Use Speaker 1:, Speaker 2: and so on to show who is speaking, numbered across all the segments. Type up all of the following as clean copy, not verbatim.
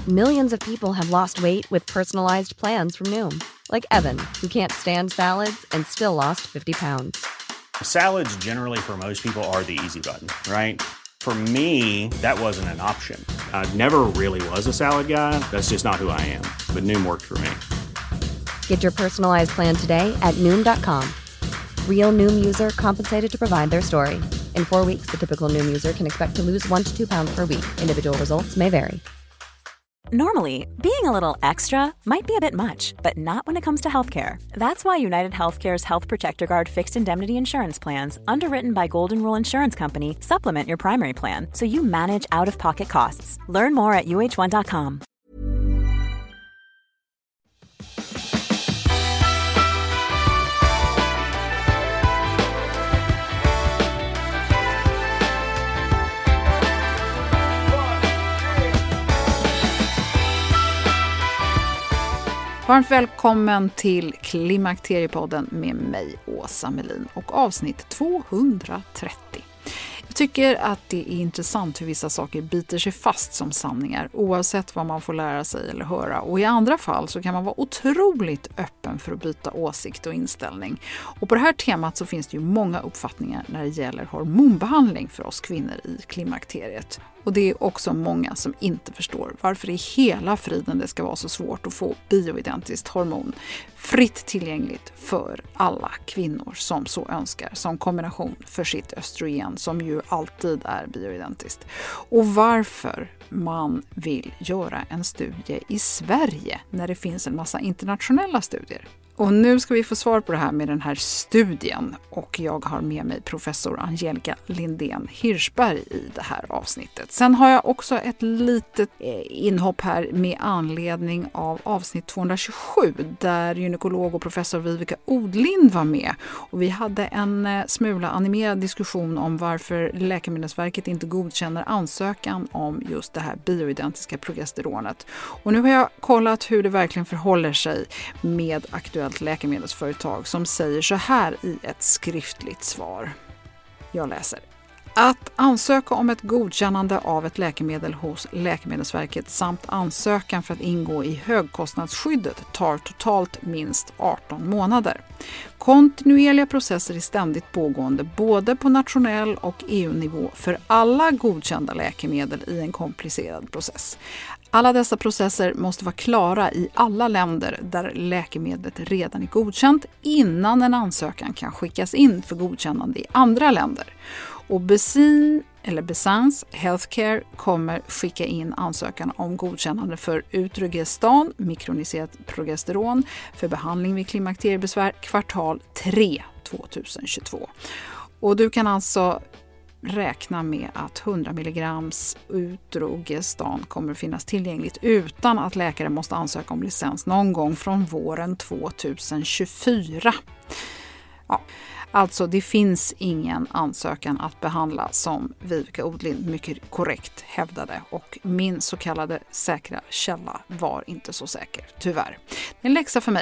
Speaker 1: Millions of people have lost weight with personalized plans from Noom. Like Evan, who can't stand salads and still lost 50 pounds.
Speaker 2: Salads generally for most people are the easy button, right? For me, that wasn't an option. I never really was a salad guy. That's just not who I am. But Noom worked for me.
Speaker 1: Get your personalized plan today at Noom.com. Real Noom user compensated to provide their story. In 4 weeks, the typical Noom user can expect to lose 1 to 2 pounds per week. Individual results may vary.
Speaker 3: Normally, being a little extra might be a bit much, but not when it comes to healthcare. That's why United Healthcare's Health Protector Guard fixed indemnity insurance plans, underwritten by Golden Rule Insurance Company, supplement your primary plan so you manage out-of-pocket costs. Learn more at uh1.com.
Speaker 4: Varmt välkommen till Klimakteriepodden med mig, Åsa Melin, och avsnitt 230. Jag tycker att det är intressant hur vissa saker biter sig fast som sanningar oavsett vad man får lära sig eller höra. Och i andra fall så kan man vara otroligt öppen för att byta åsikt och inställning. Och på det här temat så finns det ju många uppfattningar när det gäller hormonbehandling för oss kvinnor i klimakteriet. Och det är också många som inte förstår varför i hela friden det ska vara så svårt att få bioidentiskt hormon fritt tillgängligt för alla kvinnor som så önskar, som kombination för sitt östrogen som ju alltid är bioidentiskt. Och varför man vill göra en studie i Sverige när det finns en massa internationella studier. Och nu ska vi få svar på det här med den här studien, och jag har med mig professor Angelica Lindén Hirschberg i det här avsnittet. Sen har jag också ett litet inhopp här med anledning av avsnitt 227 där gynekolog och professor Vivica Odlind var med. Och vi hade en smula animerad diskussion om varför Läkemedelsverket inte godkänner ansökan om just det här bioidentiska progesteronet. Och nu har jag kollat hur det verkligen förhåller sig med aktuella läkemedelsföretag som säger så här i ett skriftligt svar. Jag läser. Att ansöka om ett godkännande av ett läkemedel hos Läkemedelsverket samt ansökan för att ingå i högkostnadsskyddet tar totalt minst 18 månader. Kontinuerliga processer är ständigt pågående både på nationell och EU-nivå för alla godkända läkemedel i en komplicerad process. Alla dessa processer måste vara klara i alla länder där läkemedlet redan är godkänt innan en ansökan kan skickas in för godkännande i andra länder. Och Besans Healthcare kommer skicka in ansökan om godkännande för Utrogestan, mikroniserat progesteron, för behandling vid klimakteriebesvär kvartal 3 2022. Och du kan alltså räkna med att 100 mg Utrogestan kommer att finnas tillgängligt utan att läkare måste ansöka om licens någon gång från våren 2024. Ja, alltså det finns ingen ansökan att behandla som Vivica Odlind mycket korrekt hävdade, och min så kallade säkra källa var inte så säker, tyvärr. Det är en läxa för mig.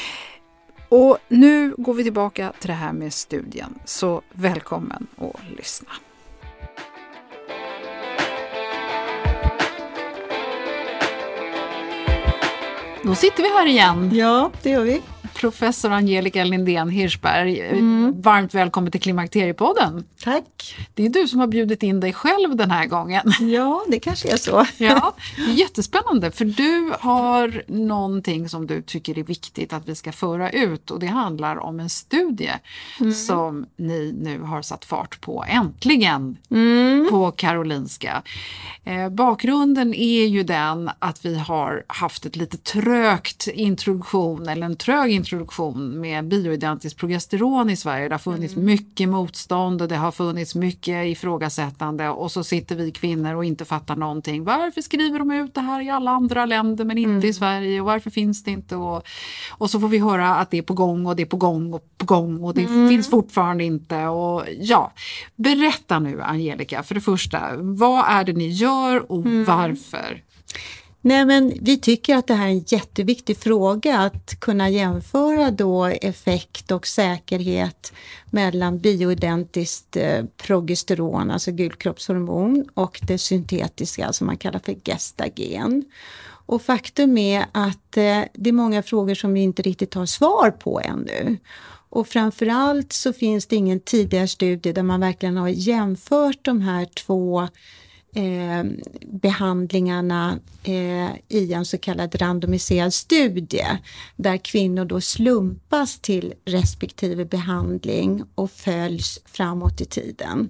Speaker 4: Och nu går vi tillbaka till det här med studien, så välkommen att lyssna. Då sitter vi här igen.
Speaker 5: Ja, det gör vi.
Speaker 4: Professor Angelica Lindén Hirschberg, varmt välkommen till Klimakteriepodden.
Speaker 5: Tack.
Speaker 4: Det är du som har bjudit in dig själv den här gången.
Speaker 5: Ja, det kanske är så.
Speaker 4: Ja, det är jättespännande, för du har någonting som du tycker är viktigt att vi ska föra ut, och det handlar om en studie som ni nu har satt fart på, äntligen, på Karolinska. Bakgrunden är ju den att vi har haft ett lite trögt introduktion, eller en trög introduktion med bioidentiskt progesteron i Sverige. Det har funnits mycket motstånd och det har funnits mycket ifrågasättande, och så sitter vi kvinnor och inte fattar någonting. Varför skriver de ut det här i alla andra länder men inte i Sverige, och varför finns det inte? Och så får vi höra att det är på gång och det är på gång och på gång, och det finns fortfarande inte. Och ja, berätta nu, Angelica, för det första, vad är det ni gör och varför?
Speaker 5: Nej, men vi tycker att det här är en jätteviktig fråga att kunna jämföra då effekt och säkerhet mellan bioidentiskt progesteron, alltså gulkroppshormon, och det syntetiska som man kallar för gestagen. Och faktum är att det är många frågor som vi inte riktigt har svar på ännu. Och framförallt så finns det ingen tidigare studie där man verkligen har jämfört de här två behandlingarna i en så kallad randomiserad studie där kvinnor då slumpas till respektive behandling och följs framåt i tiden.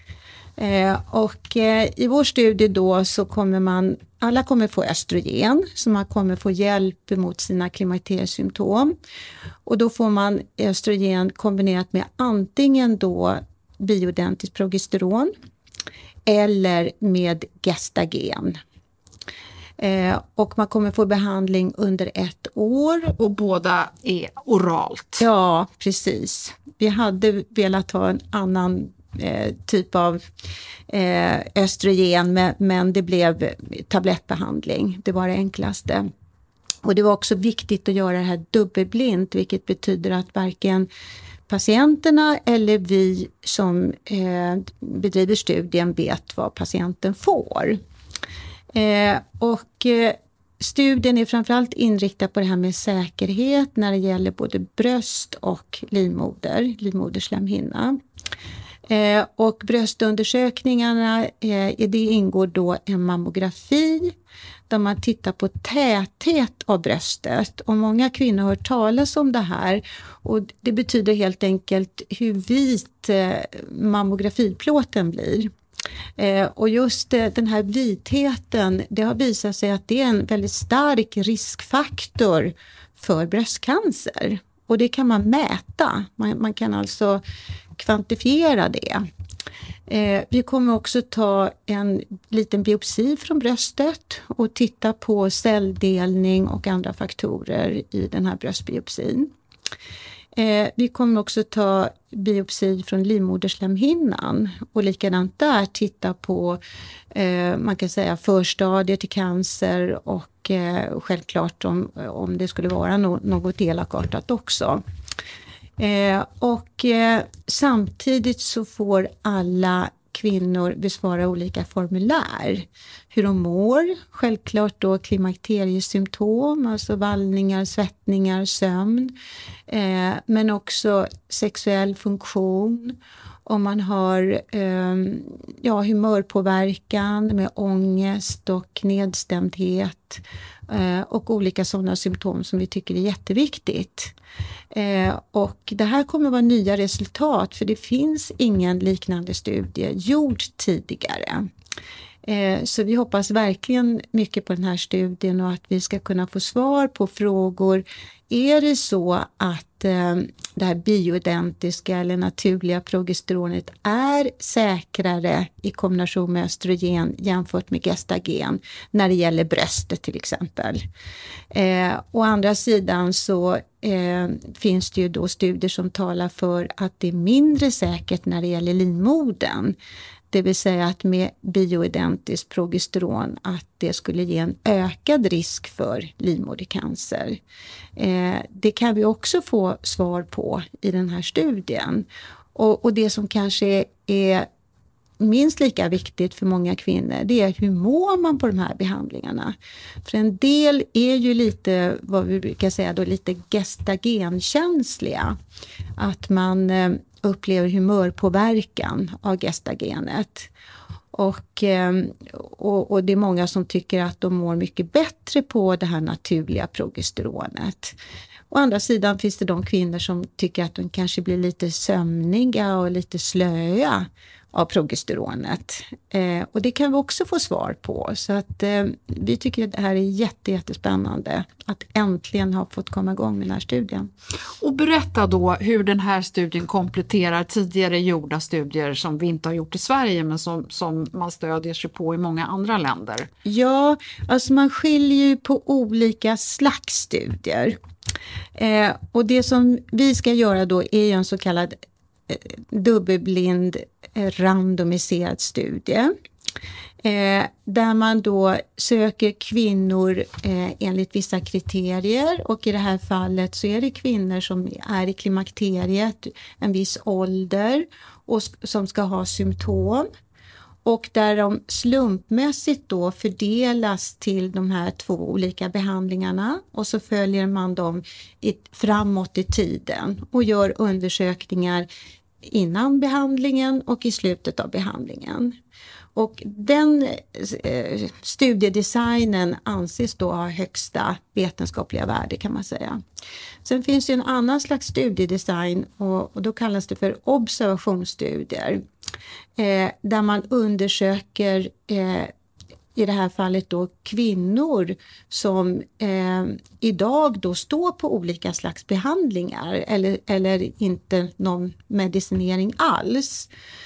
Speaker 5: I vår studie då så kommer alla kommer få östrogen, så man kommer få hjälp mot sina klimakteriesymptom. Och då får man östrogen kombinerat med antingen då bioidentiskt progesteron eller med gestagen. Och man kommer få behandling under 1 år.
Speaker 4: Och båda är oralt.
Speaker 5: Ja, precis. Vi hade velat ha en annan typ av östrogen, men det blev tablettbehandling. Det var det enklaste. Och det var också viktigt att göra det här dubbelblint, vilket betyder att varken patienterna eller vi som bedriver studien vet vad patienten får. Studien är framförallt inriktad på det här med säkerhet när det gäller både bröst och livmoderslemhinna. Och bröstundersökningarna, i det ingår då en mammografi där man tittar på täthet av bröstet. Och många kvinnor har hört talas om det här, och det betyder helt enkelt hur vit mammografiplåten blir. Och just den här vitheten, det har visat sig att det är en väldigt stark riskfaktor för bröstcancer. Och det kan man mäta. Man kan alltså kvantifiera det. Vi kommer också ta en liten biopsi från bröstet och titta på celldelning och andra faktorer i den här bröstbiopsin. Vi kommer också ta biopsi från livmoderslemhinnan och likadant där titta på man kan säga förstadier till cancer och självklart om det skulle vara något elakartat också. Samtidigt så får alla kvinnor besvara olika formulär. Hur de mår, självklart då klimakteriesymptom, alltså vallningar, svettningar, sömn. Men också sexuell funktion. Om man har humörpåverkan med ångest och nedstämdhet. Och olika sådana symptom som vi tycker är jätteviktigt. Och det här kommer vara nya resultat, för det finns ingen liknande studie gjord tidigare. Så vi hoppas verkligen mycket på den här studien och att vi ska kunna få svar på frågor. Är det så att det här bioidentiska eller naturliga progesteronet är säkrare i kombination med östrogen jämfört med gestagen när det gäller bröstet till exempel? Å andra sidan så finns det ju då studier som talar för att det är mindre säkert när det gäller livmodern. Det vill säga att med bioidentiskt progesteron att det skulle ge en ökad risk för livmodercancer. Det kan vi också få svar på i den här studien. Och det som kanske är minst lika viktigt för många kvinnor, det är hur mår man på de här behandlingarna. För en del är ju lite, vad vi brukar säga då, lite gestagenkänsliga. Att man upplever humörpåverkan av gestagenet. Och det är många som tycker att de mår mycket bättre på det här naturliga progesteronet. Å andra sidan finns det de kvinnor som tycker att de kanske blir lite sömniga och lite slöa av progesteronet. Och det kan vi också få svar på. Så att vi tycker att det här är jättespännande att äntligen ha fått komma igång med den här studien.
Speaker 4: Och berätta då hur den här studien kompletterar tidigare gjorda studier som vi inte har gjort i Sverige men som man stödjer sig på i många andra länder.
Speaker 5: Ja, alltså man skiljer ju på olika slags studier. Och det som vi ska göra då är en så kallad dubbelblind randomiserad studie. Där man då söker kvinnor enligt vissa kriterier, och i det här fallet så är det kvinnor som är i klimakteriet, en viss ålder och som ska ha symptom, och där de slumpmässigt då fördelas till de här 2 olika behandlingarna, och så följer man dem framåt i tiden och gör undersökningar innan behandlingen och i slutet av behandlingen. Och den studiedesignen anses då ha högsta vetenskapliga värde, kan man säga. Sen finns det en annan slags studiedesign, och då kallas det för observationsstudier. Där man undersöker i det här fallet då kvinnor som idag då står på olika slags behandlingar eller inte någon medicinering alls.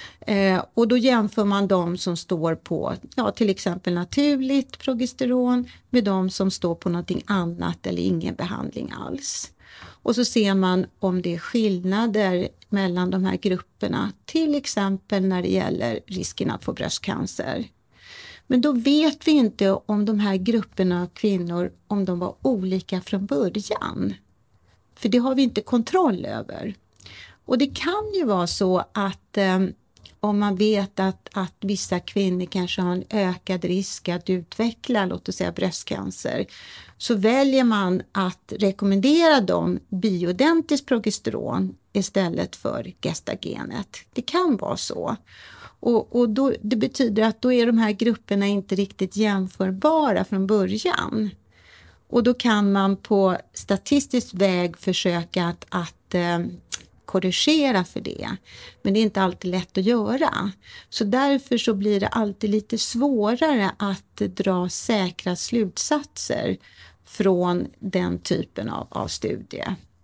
Speaker 5: Och då jämför man de som står på till exempel naturligt progesteron med de som står på någonting annat eller ingen behandling alls. Och så ser man om det är skillnader mellan de här grupperna, till exempel när det gäller risken att få bröstcancer. Men då vet vi inte om de här grupperna av kvinnor, om de var olika från början. För det har vi inte kontroll över. Och det kan ju vara så att om man vet att vissa kvinnor kanske har en ökad risk att utveckla, låt oss säga bröstcancer, så väljer man att rekommendera dem bioidentiskt progesteron istället för gestagenet. Det kan vara så. Och då, det betyder att då är de här grupperna inte riktigt jämförbara från början. Och då kan man på statistisk väg försöka att korrigera för det. Men det är inte alltid lätt att göra. Så därför så blir det alltid lite svårare att dra säkra slutsatser från den typen av studie.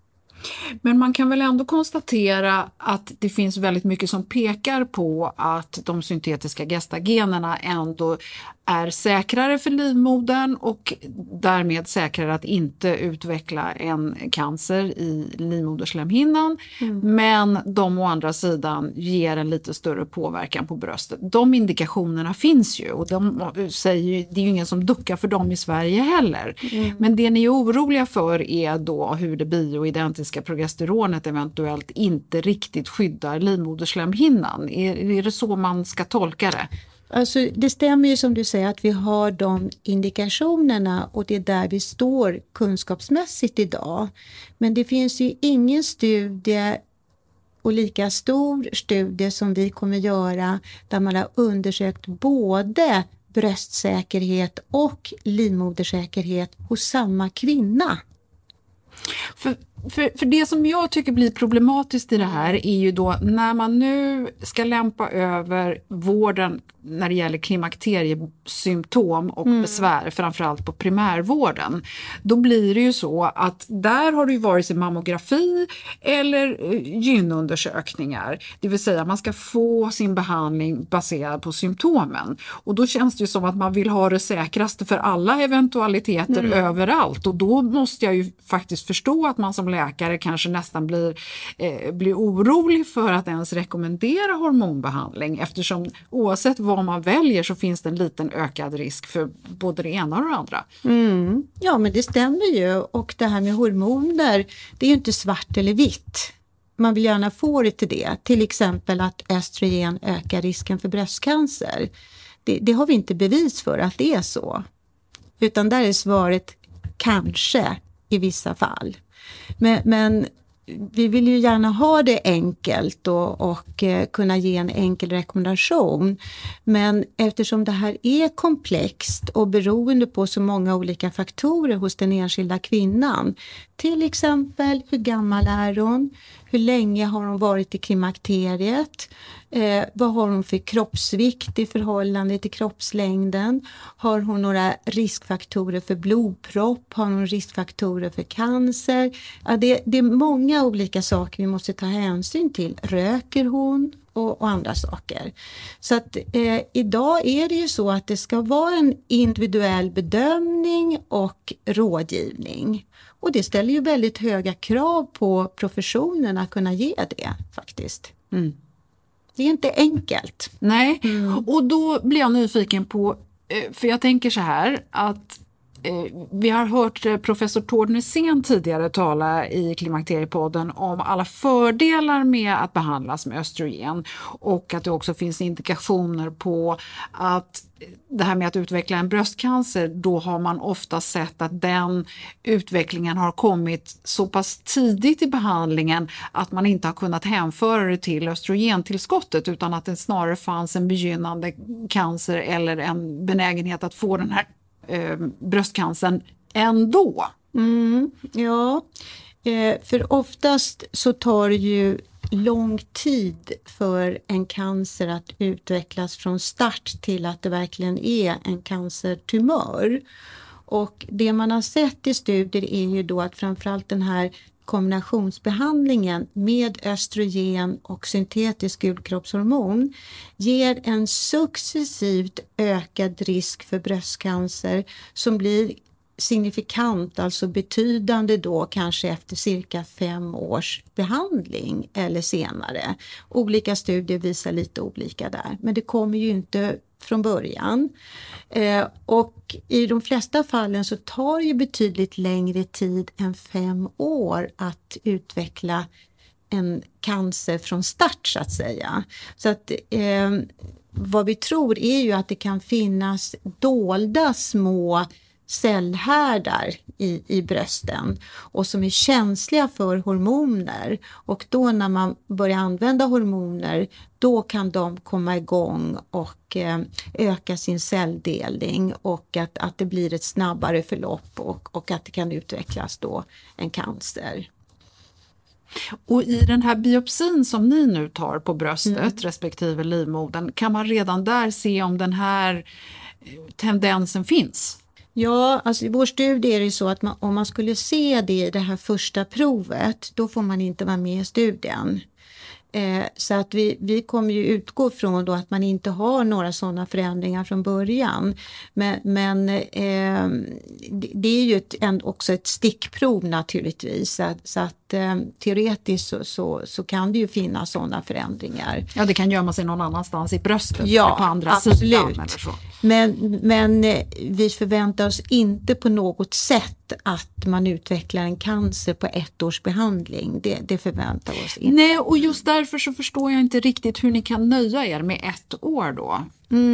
Speaker 4: Men man kan väl ändå konstatera att det finns väldigt mycket som pekar på att de syntetiska gestagenerna ändå är säkrare för livmodern och därmed säkrare att inte utveckla en cancer i livmoderslemhinnan. Men de å andra sidan ger en lite större påverkan på bröstet. De indikationerna finns ju, och de säger, det är ju ingen som duckar för dem i Sverige heller. Men det ni är oroliga för är då hur det bioidentiska progesteronet eventuellt inte riktigt skyddar livmoderslemhinnan. Är det så man ska tolka det?
Speaker 5: Alltså det stämmer ju som du säger att vi har de indikationerna, och det är där vi står kunskapsmässigt idag. Men det finns ju ingen studie, och lika stor studie som vi kommer göra, där man har undersökt både bröstsäkerhet och livmodersäkerhet hos samma kvinna.
Speaker 4: För det som jag tycker blir problematiskt i det här är ju då när man nu ska lämpa över vården när det gäller klimakteriesymptom och besvär, framförallt på primärvården. Då blir det ju så att där har det ju varit sig mammografi eller gynundersökningar. Det vill säga man ska få sin behandling baserad på symptomen. Och då känns det ju som att man vill ha det säkraste för alla eventualiteter överallt. Och då måste jag ju faktiskt förstå att man som läkare kanske nästan blir orolig för att ens rekommendera hormonbehandling, eftersom oavsett vad man väljer så finns det en liten ökad risk för både det ena och det andra.
Speaker 5: Ja, men det stämmer ju, och det här med hormoner, det är ju inte svart eller vitt. Man vill gärna få det till det, till exempel att östrogen ökar risken för bröstcancer. Det har vi inte bevis för att det är så, utan där är svaret kanske i vissa fall. Men vi vill ju gärna ha det enkelt och kunna ge en enkel rekommendation. Men eftersom det här är komplext och beroende på så många olika faktorer hos den enskilda kvinnan. Till exempel hur gammal är hon? Hur länge har hon varit i klimakteriet? Vad har hon för kroppsvikt i förhållande till kroppslängden? Har hon några riskfaktorer för blodpropp? Har hon riskfaktorer för cancer? Ja, det är många olika saker vi måste ta hänsyn till. Röker hon? Och andra saker. Så att idag är det ju så att det ska vara en individuell bedömning och rådgivning. Och det ställer ju väldigt höga krav på professionen att kunna ge det faktiskt. det är inte enkelt.
Speaker 4: Nej, och då blir jag nyfiken på, för jag tänker så här att vi har hört professor Tord Nässén tidigare tala i Klimakteriepodden om alla fördelar med att behandlas med östrogen och att det också finns indikationer på att det här med att utveckla en bröstcancer, då har man ofta sett att den utvecklingen har kommit så pass tidigt i behandlingen att man inte har kunnat hänföra det till östrogentillskottet, utan att det snarare fanns en begynnande cancer eller en benägenhet att få den här bröstcancern ändå.
Speaker 5: Ja, för oftast så tar det ju lång tid för en cancer att utvecklas från start till att det verkligen är en cancertumör. Och det man har sett i studier är ju då att framförallt den här kombinationsbehandlingen med östrogen och syntetisk gulkroppshormon ger en successivt ökad risk för bröstcancer som blir signifikant, alltså betydande då kanske efter cirka 5 års behandling eller senare. Olika studier visar lite olika där, men det kommer ju inte från början. Och i de flesta fallen så tar det ju betydligt längre tid än 5 år att utveckla en cancer från start så att säga. Så att vad vi tror är ju att det kan finnas dolda små cellhärdar i brösten och som är känsliga för hormoner, och då när man börjar använda hormoner då kan de komma igång och öka sin celldelning och att det blir ett snabbare förlopp och att det kan utvecklas då en cancer.
Speaker 4: Och i den här biopsin som ni nu tar på bröstet respektive livmodern, kan man redan där se om den här tendensen finns?
Speaker 5: Ja, alltså i vår studie är det så att om man skulle se det i det här första provet, då får man inte vara med i studien. Så att vi kommer ju utgå från då att man inte har några sådana förändringar från början. Men det är ju också ett stickprov naturligtvis. Så att teoretiskt så kan det ju finnas sådana förändringar.
Speaker 4: Ja, det kan gömma sig någon annanstans i bröstet,
Speaker 5: ja,
Speaker 4: eller på andra
Speaker 5: absolut.
Speaker 4: sidan eller så.
Speaker 5: Men vi förväntar oss inte på något sätt att man utvecklar en cancer på 1 års behandling. Det förväntar vi oss inte.
Speaker 4: Nej, och just därför så förstår jag inte riktigt hur ni kan nöja er med 1 år då.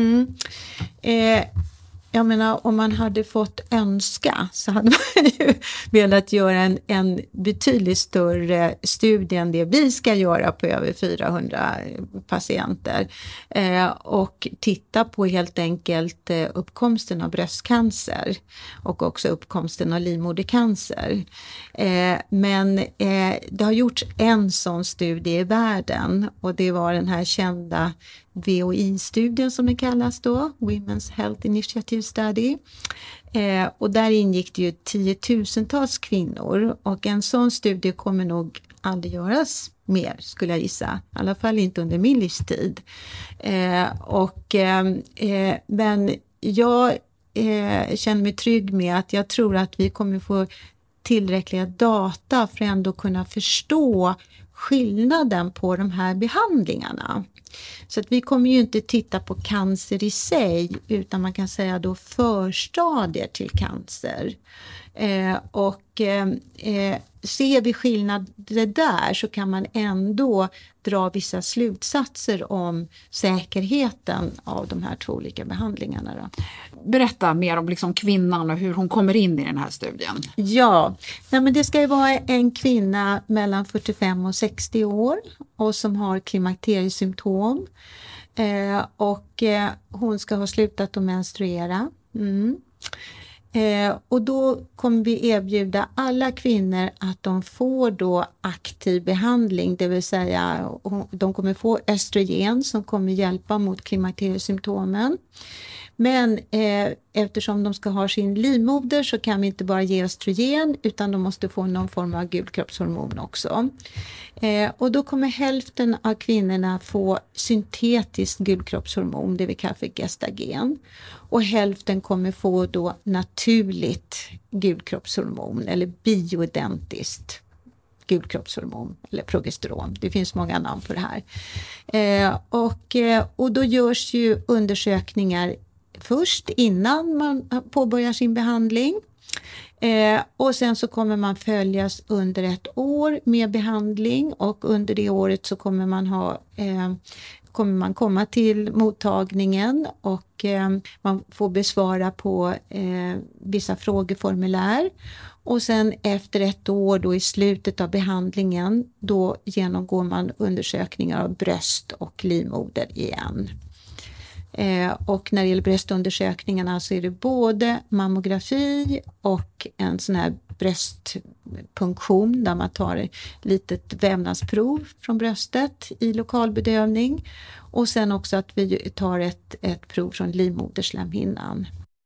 Speaker 5: Jag menar, om man hade fått önska så hade man ju velat göra en betydligt större studie än det vi ska göra på över 400 patienter. Och titta på helt enkelt uppkomsten av bröstcancer och också uppkomsten av livmodercancer. Men det har gjorts en sån studie i världen, och det var den här kända VOI-studien som det kallas då, Women's Health Initiative Study. Och där ingick det ju 10-tusentals kvinnor, och en sån studie kommer nog aldrig göras mer, skulle jag gissa. I alla fall inte under min livstid. Men jag känner mig trygg med att jag tror att vi kommer få tillräckliga data för att ändå kunna förstå skillnaden på de här behandlingarna. Så att vi kommer ju inte titta på cancer i sig, utan man kan säga då förstadier till cancer. Ser vi skillnader där så kan man ändå dra vissa slutsatser om säkerheten av de här 2 olika behandlingarna då.
Speaker 4: Berätta mer om liksom kvinnan och hur hon kommer in i den här studien.
Speaker 5: Ja, men det ska ju vara en kvinna mellan 45 och 60 år och som har klimakteriesymptom. Hon ska ha slutat att menstruera. Och då kommer vi erbjuda alla kvinnor att de får då aktiv behandling, det vill säga de kommer få östrogen som kommer hjälpa mot klimakteriesymptomen. Men eftersom de ska ha sin livmoder så kan vi inte bara ge östrogen, utan de måste få någon form av gulkroppshormon också. Och då kommer hälften av kvinnorna få syntetiskt gulkroppshormon, det vi kallar för gestagen. Och hälften kommer få då naturligt gulkroppshormon eller bioidentiskt gulkroppshormon eller progesteron. Det finns många namn på det här. Och då görs ju undersökningar först innan man påbörjar sin behandling. Och sen så kommer man följas under 1 år med behandling, och under det året så kommer man komma till mottagningen, och man får besvara på vissa frågeformulär. Och sen efter 1 år då i slutet av behandlingen, då genomgår man undersökningar av bröst och livmoder igen. Och när det gäller bröstundersökningarna så är det både mammografi och en sån här bröstpunktion där man tar ett litet vävnadsprov från bröstet i lokalbedövning. Och sen också att vi tar ett prov från livmoderslemhinnan.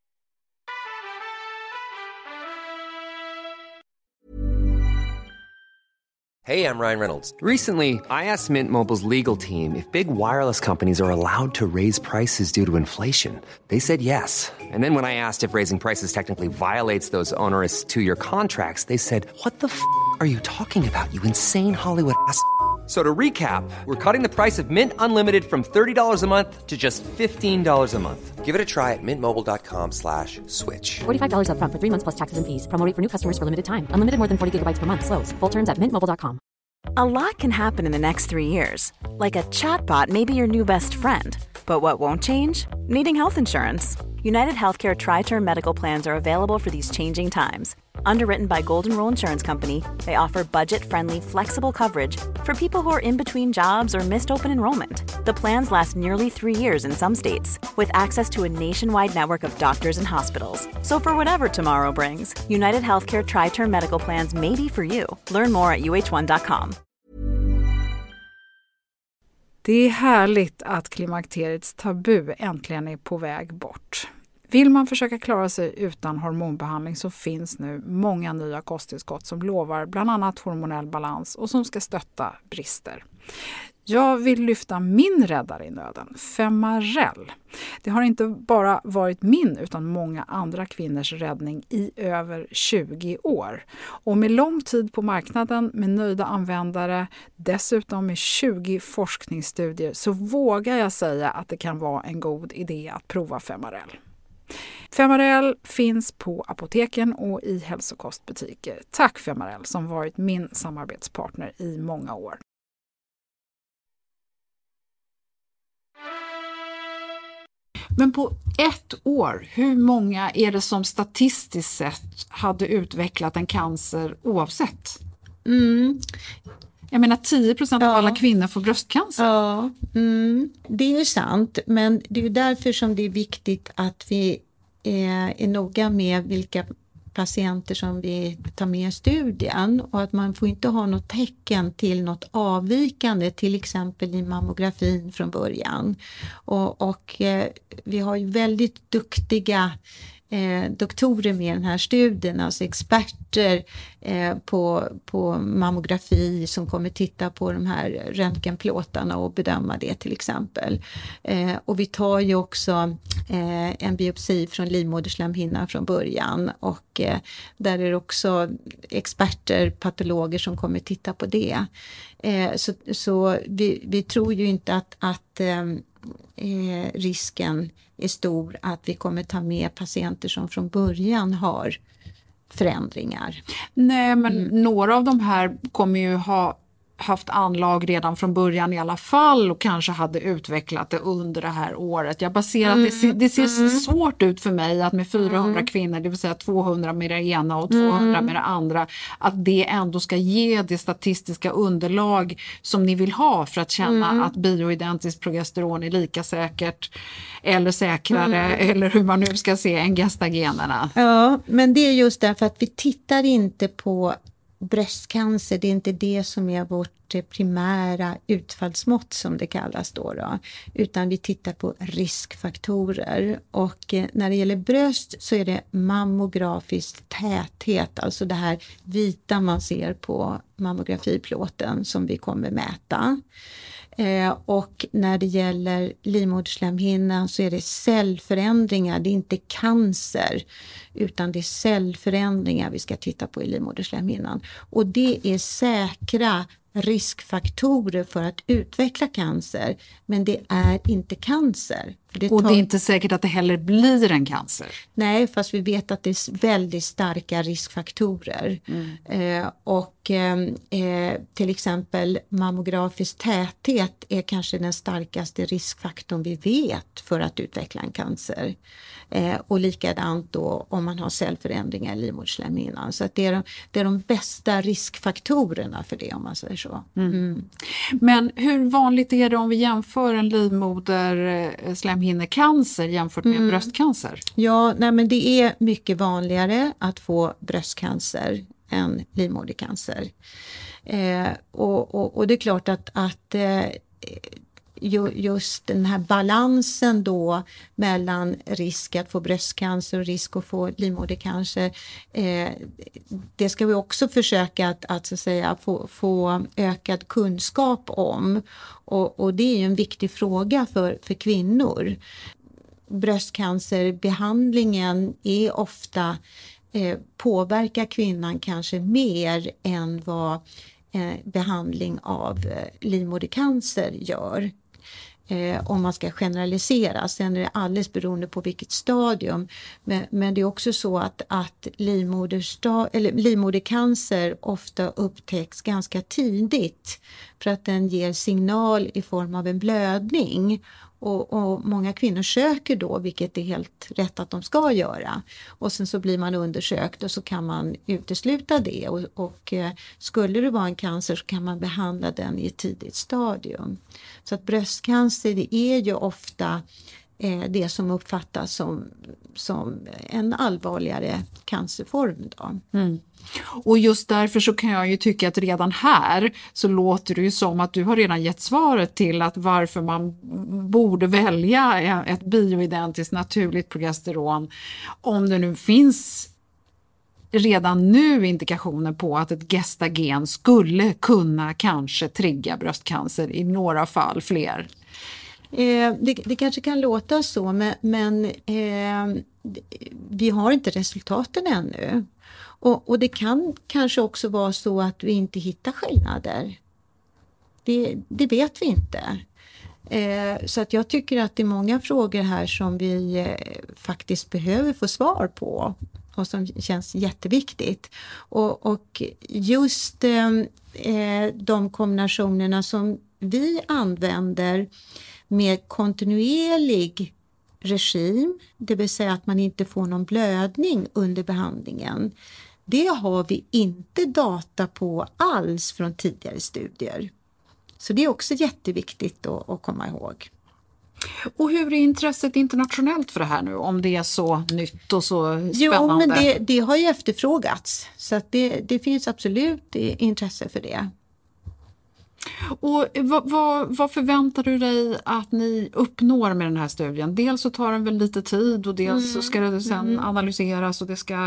Speaker 6: Hey, I'm Ryan Reynolds. Recently, I asked Mint Mobile's legal team if big wireless companies are allowed to raise prices due to inflation. They said yes. And then when I asked if raising prices technically violates those onerous 2-year contracts, they said, "What the f*** are you talking about, you insane Hollywood ass?" So to recap, we're cutting the price of Mint Unlimited from $30 a month to just $15 a month. Give it a try at mintmobile.com/switch.
Speaker 1: $45 up front for 3 months plus taxes and fees. Promo rate for new customers for limited time. Unlimited more than 40 gigabytes per month. Slows full terms at mintmobile.com.
Speaker 3: A lot can happen in the next 3 years. Like a chatbot may be your new best friend. But what won't change? Needing health insurance. United Healthcare Tri-Term Medical Plans are available for these changing times. Underwritten by Golden Rule Insurance Company, they offer budget-friendly, flexible coverage for people who are in between jobs or missed open enrollment. The plans last nearly 3 years in some states, with access to a nationwide network of doctors and hospitals. So for whatever tomorrow brings, United Healthcare Tri-Term Medical Plans may be for you. Learn more at uh1.com.
Speaker 4: Det är härligt att klimakteriets tabu äntligen är på väg bort. Vill man försöka klara sig utan hormonbehandling så finns nu många nya kosttillskott som lovar bland annat hormonell balans och som ska stötta brister. Jag vill lyfta min räddare i nöden, Femarel. Det har inte bara varit min utan många andra kvinnors räddning i över 20 år. Och med lång tid på marknaden, med nöjda användare, dessutom med 20 forskningsstudier, så vågar jag säga att det kan vara en god idé att prova Femarel. Femarel finns på apoteken och i hälsokostbutiker. Tack Femarel som varit min samarbetspartner i många år. Men på 1 år, hur många är det som statistiskt sett hade utvecklat en cancer oavsett? Jag menar 10% av alla kvinnor får bröstcancer.
Speaker 5: Ja, det är ju sant. Men det är ju därför som det är viktigt att vi är noga med vilka patienter som vi tar med i studien, och att man får inte ha något tecken till något avvikande, till exempel i mammografin från början. Och vi har ju väldigt duktiga doktorer med den här studien, alltså experter på mammografi som kommer titta på de här röntgenplåtarna och bedöma det till exempel. Och vi tar ju också en biopsi från livmoderslemhinnan från början, och där är det också experter, patologer som kommer titta på det. Så vi tror ju inte att risken är stor att vi kommer ta med patienter som från början har förändringar.
Speaker 4: Nej, men några av de här kommer ju ha haft anlag redan från början i alla fall och kanske hade utvecklat det under det här året. Jag baserar att det ser svårt ut för mig att med 400 kvinnor, det vill säga 200 med det ena och 200 med det andra, att det ändå ska ge det statistiska underlag som ni vill ha för att känna att bioidentiskt progesteron är lika säkert eller säkrare eller hur man nu ska se än gestagenerna.
Speaker 5: Ja, men det är just därför att vi tittar inte på bröstcancer, det är inte det som är vårt primära utfallsmått som det kallas då, utan vi tittar på riskfaktorer, och när det gäller bröst så är det mammografisk täthet, alltså det här vita man ser på mammografiplåten som vi kommer mäta. Och när det gäller livmoderslemhinnan så är det cellförändringar, det är inte cancer utan det är cellförändringar vi ska titta på i livmoderslemhinnan. Och det är säkra riskfaktorer för att utveckla cancer, men det är inte cancer.
Speaker 4: Och det är inte säkert att det heller blir en cancer.
Speaker 5: Nej, fast vi vet att det är väldigt starka riskfaktorer. Till exempel mammografisk täthet är kanske den starkaste riskfaktorn vi vet för att utveckla en cancer. Och likadant då om man har cellförändringar i livmoderslemhinnan. Så att det är de bästa riskfaktorerna för det, om man säger så.
Speaker 4: Men hur vanligt är det om vi jämför en livmoderslemhinnecancer jämfört med bröstcancer?
Speaker 5: Ja, men det är mycket vanligare att få bröstcancer än livmodercancer. Och det är klart att just den här balansen då mellan risk att få bröstcancer och risk att få livmodercancer, det ska vi också försöka att så att säga få ökad kunskap om, och det är ju en viktig fråga för kvinnor. Bröstcancerbehandlingen är ofta påverkar kvinnan kanske mer än vad behandling av livmodercancer gör. Om man ska generalisera. Sen är det alldeles beroende på vilket stadium. Men det är också så att livmodercancer ofta upptäcks ganska tidigt. För att den ger signal i form av en blödning. Och många kvinnor söker då, vilket är helt rätt att de ska göra. Och sen så blir man undersökt och så kan man utesluta det. Och skulle det vara en cancer så kan man behandla den i ett tidigt stadium. Så att bröstcancer, det är ju ofta det som uppfattas som en allvarligare cancerform då.
Speaker 4: Och just därför så kan jag ju tycka att redan här så låter det ju som att du har redan gett svaret till att varför man borde välja ett bioidentiskt naturligt progesteron, om det nu finns redan nu indikationer på att ett gestagen skulle kunna kanske trigga bröstcancer i några fall fler.
Speaker 5: Det kanske kan låta så, men vi har inte resultaten ännu. Och det kan kanske också vara så att vi inte hittar skillnader. Det vet vi inte. Så att jag tycker att det är många frågor här som vi faktiskt behöver få svar på. Och som känns jätteviktigt. Och just de kombinationerna som vi använder med kontinuerlig regim, det vill säga att man inte får någon blödning under behandlingen. Det har vi inte data på alls från tidigare studier. Så det är också jätteviktigt att komma ihåg.
Speaker 4: Och hur är intresset internationellt för det här nu, om det är så nytt och så spännande?
Speaker 5: Jo, men det har ju efterfrågats, så att det finns absolut intresse för det.
Speaker 4: Och vad förväntar du dig att ni uppnår med den här studien? Dels så tar den väl lite tid och dels så ska det sen analyseras och det ska...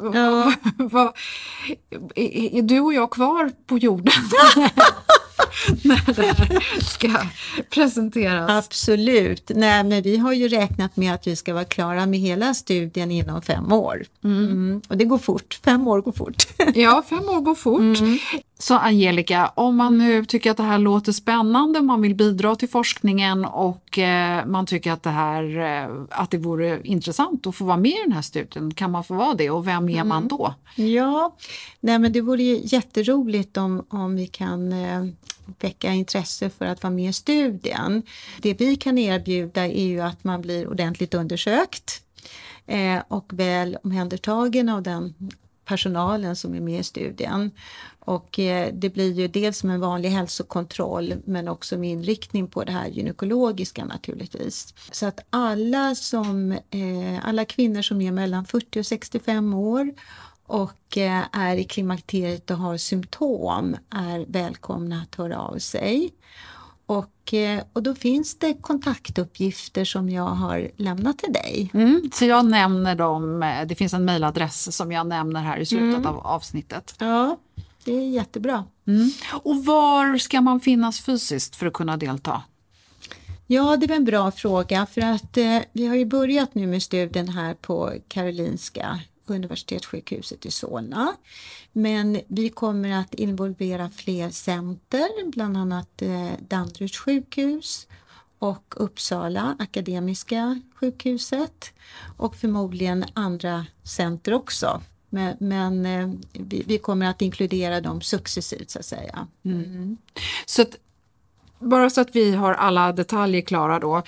Speaker 4: Är du och jag kvar på jorden när det här ska presenteras?
Speaker 5: Absolut. Nej, men vi har ju räknat med att vi ska vara klara med hela studien inom 5 år. Och det går fort. 5 år går fort.
Speaker 4: Ja, 5 år går fort. Så Angelica, om man nu tycker att det här låter spännande, man vill bidra till forskningen och man tycker att det vore intressant att få vara med i den här studien, kan man få vara det, och vem är man då?
Speaker 5: Ja, nej, men det vore ju jätteroligt om vi kan väcka intresse för att vara med i studien. Det vi kan erbjuda är ju att man blir ordentligt undersökt och väl omhändertagen av den personalen som är med i studien. Och det blir ju dels som en vanlig hälsokontroll, men också med inriktning på det här gynekologiska naturligtvis. Så att alla kvinnor som är mellan 40 och 65 år och är i klimakteriet och har symptom är välkomna att höra av sig. Och då finns det kontaktuppgifter som jag har lämnat till dig.
Speaker 4: Så jag nämner dem, det finns en mejladress som jag nämner här i slutet av avsnittet.
Speaker 5: Ja, det är jättebra.
Speaker 4: Och var ska man finnas fysiskt för att kunna delta?
Speaker 5: Ja, det är en bra fråga för att vi har ju börjat nu med studien här på Karolinska universitetssjukhuset i Solna. Men vi kommer att involvera fler center, bland annat Danderyds sjukhus och Uppsala akademiska sjukhuset och förmodligen andra center också. Men vi kommer att inkludera dem successivt så att säga.
Speaker 4: Så att, bara så att vi har alla detaljer klara då.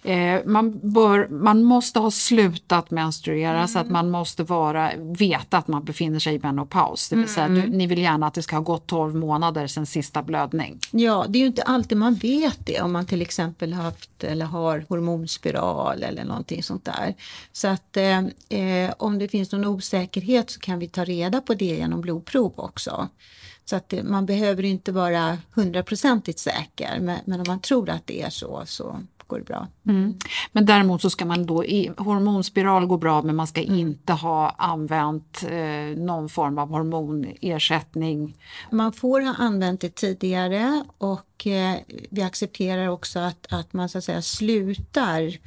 Speaker 4: Man måste ha slutat menstruera så att man måste veta att man befinner sig i menopaus. Det vill säga ni vill gärna att det ska ha gått 12 månader sedan sista blödning.
Speaker 5: Ja, det är ju inte alltid man vet det om man till exempel haft eller har hormonspiral eller någonting sånt där. Så att om det finns någon osäkerhet så kan vi ta reda på det genom blodprov också. Så att man behöver inte vara 100% säker, men om man tror att det är så går det bra.
Speaker 4: Men däremot så ska man då, hormonspiral går bra men man ska inte ha använt någon form av hormonersättning.
Speaker 5: Man får ha använt det tidigare och vi accepterar också att man så att säga slutar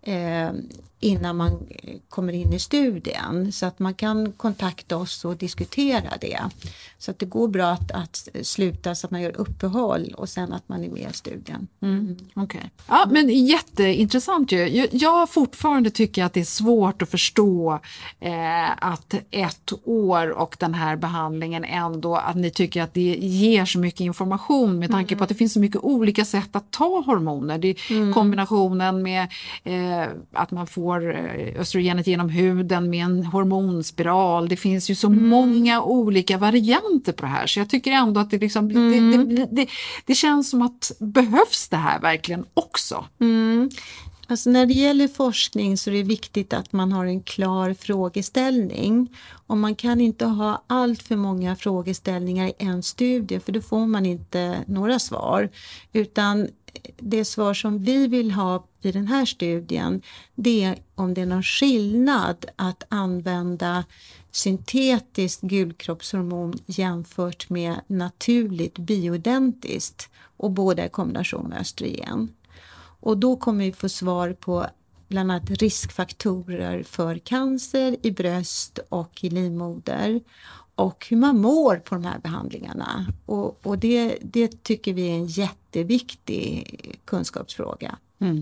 Speaker 5: innan man kommer in i studien. Så att man kan kontakta oss och diskutera det. Så att det går bra att sluta så att man gör uppehåll och sen att man är med i studien.
Speaker 4: Okej. Ja, men jätteintressant ju. Jag fortfarande tycker att det är svårt att förstå att 1 år och den här behandlingen ändå, att ni tycker att det ger så mycket information med tanke på att det finns så mycket olika sätt att ta hormoner. Det är kombinationen med att man får östrogenet genom huden med en hormonspiral. Det finns ju så många olika varianter på det här. Så jag tycker ändå att det, liksom, det känns som att behövs det här verkligen också.
Speaker 5: Alltså när det gäller forskning så är det viktigt att man har en klar frågeställning. Och man kan inte ha allt för många frågeställningar i en studie för då får man inte några svar. Utan det svar som vi vill ha i den här studien, det är om det är någon skillnad att använda syntetiskt gulkroppshormon jämfört med naturligt bioidentiskt och båda i kombination med östrogen. Och då kommer vi få svar på bland annat riskfaktorer för cancer i bröst och i livmoder och hur man mår på de här behandlingarna. Och det tycker vi är en jätteviktig kunskapsfråga.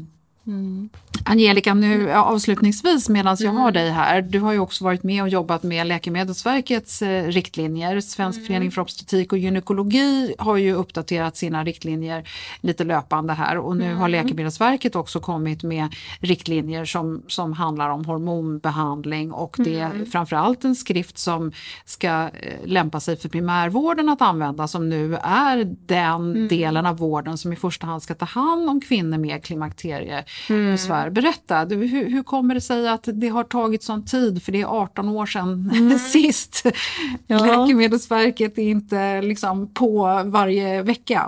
Speaker 4: Angelica, nu avslutningsvis medan jag har dig här, du har ju också varit med och jobbat med Läkemedelsverkets riktlinjer. Svensk förening för obstetrik och gynekologi har ju uppdaterat sina riktlinjer lite löpande här och nu har Läkemedelsverket också kommit med riktlinjer som handlar om hormonbehandling och det är framförallt en skrift som ska lämpa sig för primärvården att använda som nu är den delen av vården som i första hand ska ta hand om kvinnor med klimakteriebesvär. Berätta, hur kommer det sig att det har tagit sån tid? För det är 18 år sedan sist. Ja. Läkemedelsverket är inte liksom på varje vecka.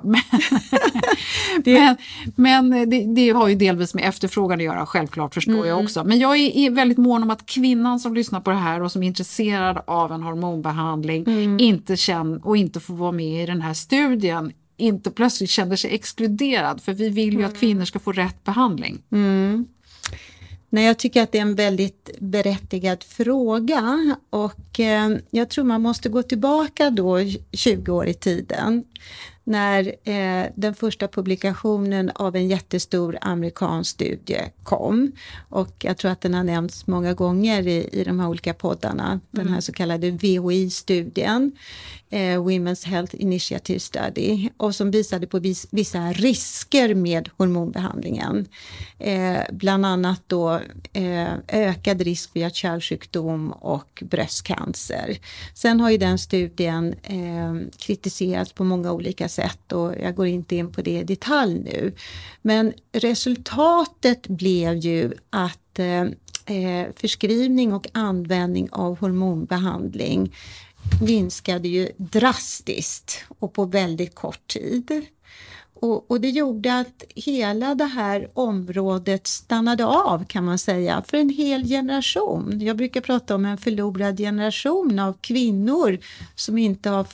Speaker 4: Men det har ju delvis med efterfrågan att göra, självklart förstår jag också. Men jag är väldigt mån om att kvinnan som lyssnar på det här och som är intresserad av en hormonbehandling inte får vara med i den här studien, inte plötsligt känner sig exkluderad, för vi vill ju att kvinnor ska få rätt behandling.
Speaker 5: Nej, jag tycker att det är en väldigt berättigad fråga och jag tror man måste gå tillbaka då 20 år i tiden när den första publikationen av en jättestor amerikansk studie kom. Och jag tror att den har nämnts många gånger i de här olika poddarna. Den här så kallade VHI-studien, Women's Health Initiative Study, och som visade på vissa risker med hormonbehandlingen. Bland annat då ökad risk för hjärt-kärlsjukdom och bröstcancer. Sen har ju den studien kritiserats på många olika sätt och jag går inte in på det i detalj nu. Men resultatet blev ju att förskrivning och användning av hormonbehandling minskade ju drastiskt och på väldigt kort tid. Och det gjorde att hela det här området stannade av, kan man säga, för en hel generation. Jag brukar prata om en förlorad generation av kvinnor som inte har fått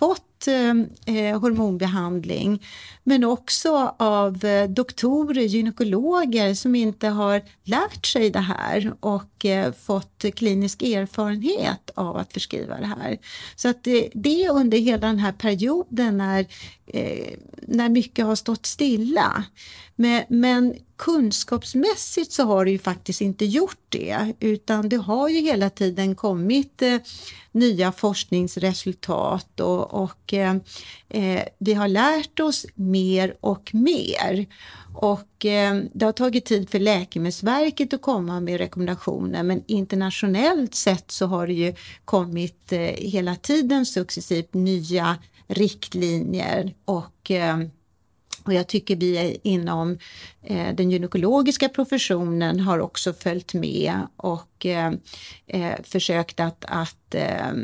Speaker 5: hormonbehandling, men också av doktorer, gynekologer som inte har lärt sig det här och fått klinisk erfarenhet av att förskriva det här. Så att det är under hela den här perioden när mycket har stått stilla. Men kunskapsmässigt så har det ju faktiskt inte gjort det, utan det har ju hela tiden kommit nya forskningsresultat och vi har lärt oss mer och mer. Och det har tagit tid för Läkemedelsverket att komma med rekommendationer, men internationellt sett så har det ju kommit hela tiden successivt nya riktlinjer och jag tycker vi inom den gynekologiska professionen har också följt med och försökt att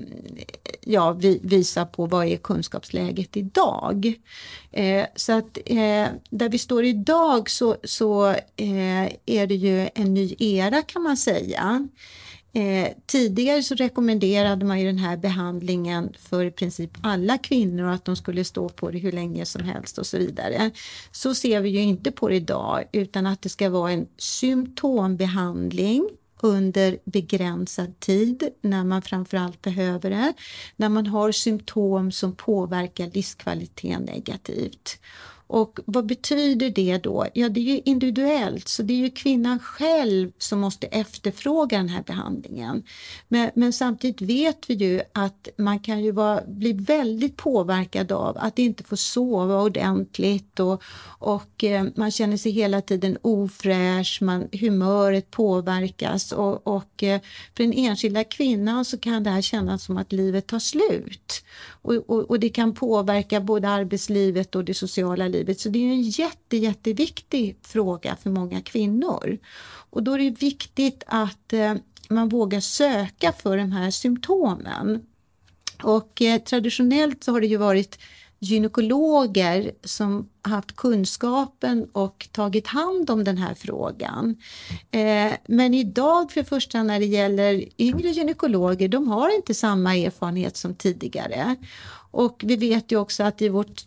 Speaker 5: visa på vad är kunskapsläget idag. Så att där vi står idag så är det ju en ny era kan man säga. Tidigare så rekommenderade man ju den här behandlingen för i princip alla kvinnor och att de skulle stå på det hur länge som helst och så vidare. Så ser vi ju inte på det idag, utan att det ska vara en symptombehandling under begränsad tid när man framförallt behöver det, när man har symptom som påverkar livskvaliteten negativt. Och vad betyder det då? Ja, det är ju individuellt, så det är ju kvinnan själv som måste efterfråga den här behandlingen. Men samtidigt vet vi ju att man kan ju bli väldigt påverkad av att inte få sova ordentligt och man känner sig hela tiden ofräsch, humöret påverkas och för den enskilda kvinnan så kan det här kännas som att livet tar slut. Och det kan påverka både arbetslivet och det sociala livet. Så det är en jätteviktig fråga för många kvinnor. Och då är det viktigt att man vågar söka för de här symptomen. Och traditionellt så har det ju varit gynekologer som haft kunskapen och tagit hand om den här frågan. Men idag för första när det gäller yngre gynekologer, de har inte samma erfarenhet som tidigare. Och vi vet ju också att i vårt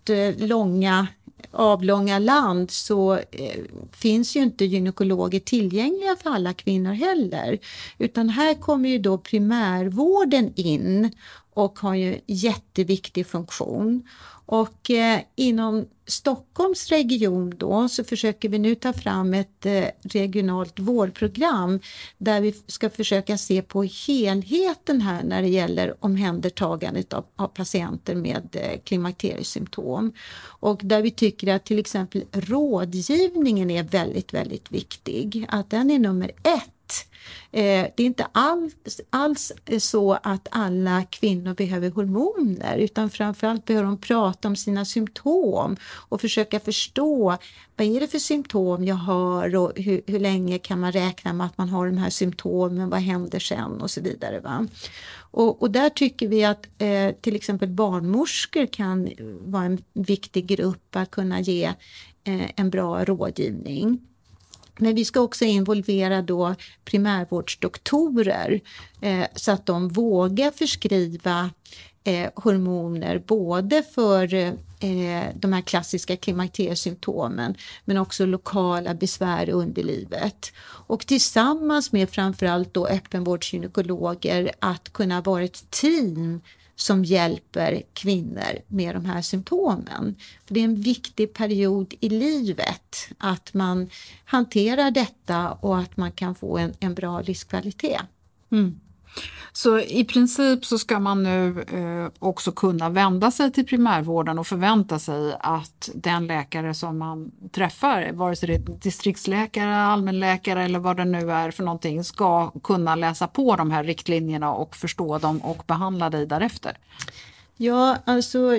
Speaker 5: avlånga land så finns ju inte gynekologer tillgängliga för alla kvinnor heller. Utan här kommer ju då primärvården in och har ju jätteviktig funktion. Och inom Stockholms region då så försöker vi nu ta fram ett regionalt vårdprogram där vi ska försöka se på helheten här när det gäller omhändertagandet av patienter med klimakteriesymptom. Och där vi tycker att till exempel rådgivningen är väldigt, väldigt viktig. Att den är nummer 1. Det är inte alls så att alla kvinnor behöver hormoner, utan framförallt behöver de prata om sina symptom och försöka förstå vad är det för symptom jag har och hur länge kan man räkna med att man har de här symptomen, vad händer sen och så vidare. Va? Och där tycker vi att till exempel barnmorskor kan vara en viktig grupp att kunna ge en bra rådgivning. Men vi ska också involvera då primärvårdsdoktorer så att de vågar förskriva hormoner både för de här klassiska klimakteriesymptomen men också lokala besvär under livet. Och tillsammans med framförallt då öppenvårdsgynekologer att kunna vara ett team som hjälper kvinnor med de här symptomen. För det är en viktig period i livet att man hanterar detta och att man kan få en bra livskvalitet.
Speaker 4: Mm. Så i princip så ska man nu också kunna vända sig till primärvården och förvänta sig att den läkare som man träffar, vare sig det är distriktsläkare, allmänläkare eller vad det nu är för någonting, ska kunna läsa på de här riktlinjerna och förstå dem och behandla dig därefter.
Speaker 5: Ja, alltså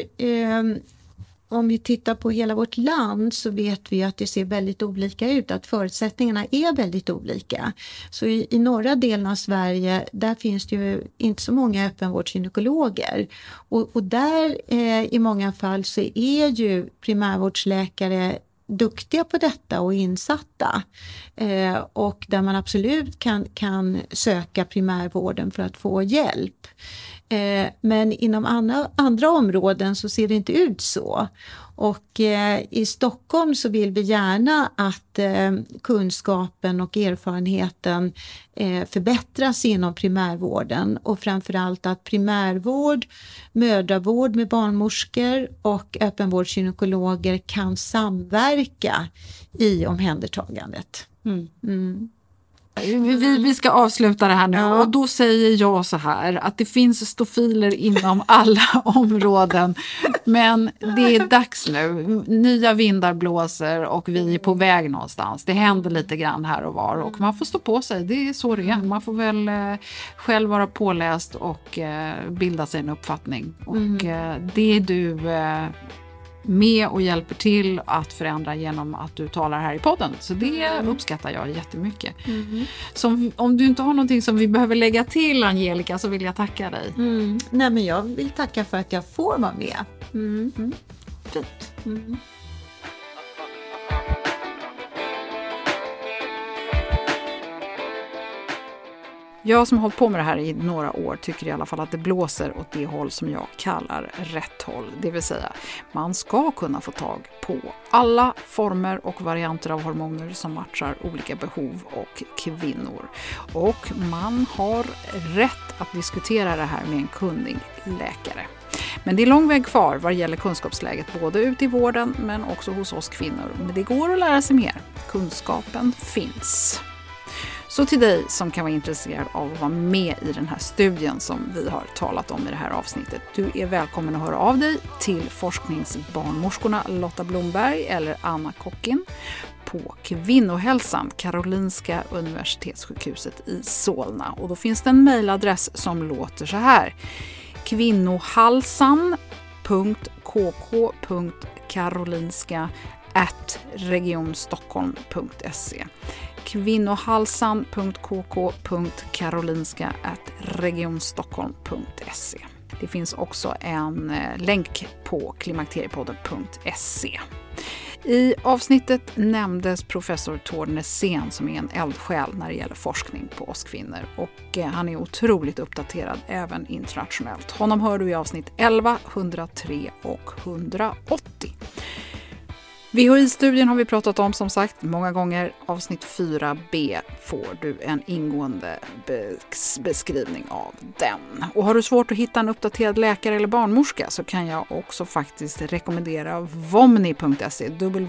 Speaker 5: om vi tittar på hela vårt land så vet vi att det ser väldigt olika ut, att förutsättningarna är väldigt olika. Så i norra delen av Sverige, där finns det ju inte så många öppenvårdsgynekologer. Och där i många fall så är ju primärvårdsläkare duktiga på detta och insatta. Och där man absolut kan söka primärvården för att få hjälp. Men inom andra områden så ser det inte ut så. Och i Stockholm så vill vi gärna att kunskapen och erfarenheten förbättras inom primärvården. Och framförallt att primärvård, mödravård med barnmorskor och öppenvårdsgynekologer kan samverka i omhändertagandet.
Speaker 4: Vi ska avsluta det här nu och då säger jag så här att det finns stofiler inom alla områden, men det är dags nu. Nya vindar blåser och vi är på väg någonstans. Det händer lite grann här och var och man får stå på sig. Det är så det är. Man får väl själv vara påläst och bilda sig en uppfattning. Och det är du med och hjälper till att förändra genom att du talar här i podden. Så det uppskattar jag jättemycket. Så om du inte har någonting som vi behöver lägga till, Angelica, så vill jag tacka dig.
Speaker 5: Nej, men jag vill tacka för att jag får vara med.
Speaker 4: Fint. Jag som har hållit på med det här i några år tycker i alla fall att det blåser åt det håll som jag kallar rätt håll. Det vill säga, man ska kunna få tag på alla former och varianter av hormoner som matchar olika behov och kvinnor. Och man har rätt att diskutera det här med en kunnig läkare. Men det är lång väg kvar vad gäller kunskapsläget både ute i vården men också hos oss kvinnor. Men det går att lära sig mer. Kunskapen finns. Så till dig som kan vara intresserad av att vara med i den här studien som vi har talat om i det här avsnittet. Du är välkommen att höra av dig till forskningsbarnmorskorna Lotta Blomberg eller Anna Kockin på Kvinnohälsan, Karolinska Universitetssjukhuset i Solna. Och då finns det en mejladress som låter så här: kvinnohalsan.kk.karolinska@regionstockholm.se kvinnohalsan.kk.karolinska@regionstockholm.se. Det finns också en länk på klimakteriepodden.se. I avsnittet nämndes professor Tord Nässén som är en eldsjäl när det gäller forskning på oss kvinnor. Och han är otroligt uppdaterad även internationellt. Honom hör du i avsnitt 11, 103 och 180. VHI-studien har vi pratat om som sagt många gånger. Avsnitt 4b får du en ingående beskrivning av den. Och har du svårt att hitta en uppdaterad läkare eller barnmorska så kan jag också faktiskt rekommendera Vomni.se,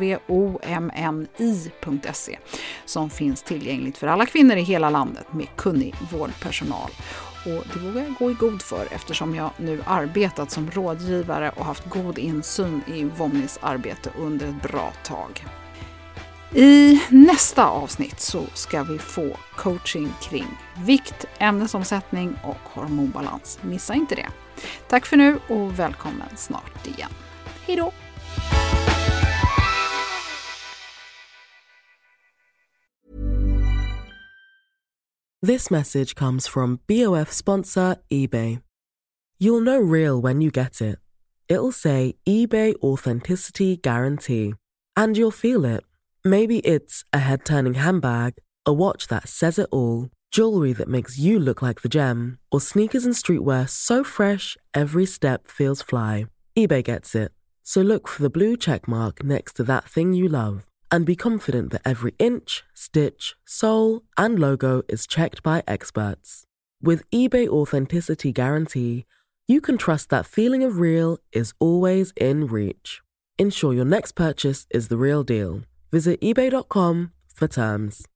Speaker 4: WOMNI.se, som finns tillgängligt för alla kvinnor i hela landet med kunnig vårdpersonal. Och det vågar jag gå i god för eftersom jag nu arbetat som rådgivare och haft god insyn i Vomnis arbete under ett bra tag. I nästa avsnitt så ska vi få coaching kring vikt, ämnesomsättning och hormonbalans. Missa inte det. Tack för nu och välkommen snart igen. Hej då!
Speaker 7: This message comes from BOF sponsor eBay. You'll know real when you get it. It'll say eBay Authenticity Guarantee. And you'll feel it. Maybe it's a head-turning handbag, a watch that says it all, jewelry that makes you look like the gem, or sneakers and streetwear so fresh every step feels fly. eBay gets it. So look for the blue check mark next to that thing you love. And be confident that every inch, stitch, sole, and logo is checked by experts. With eBay Authenticity Guarantee, you can trust that feeling of real is always in reach. Ensure your next purchase is the real deal. Visit ebay.com for terms.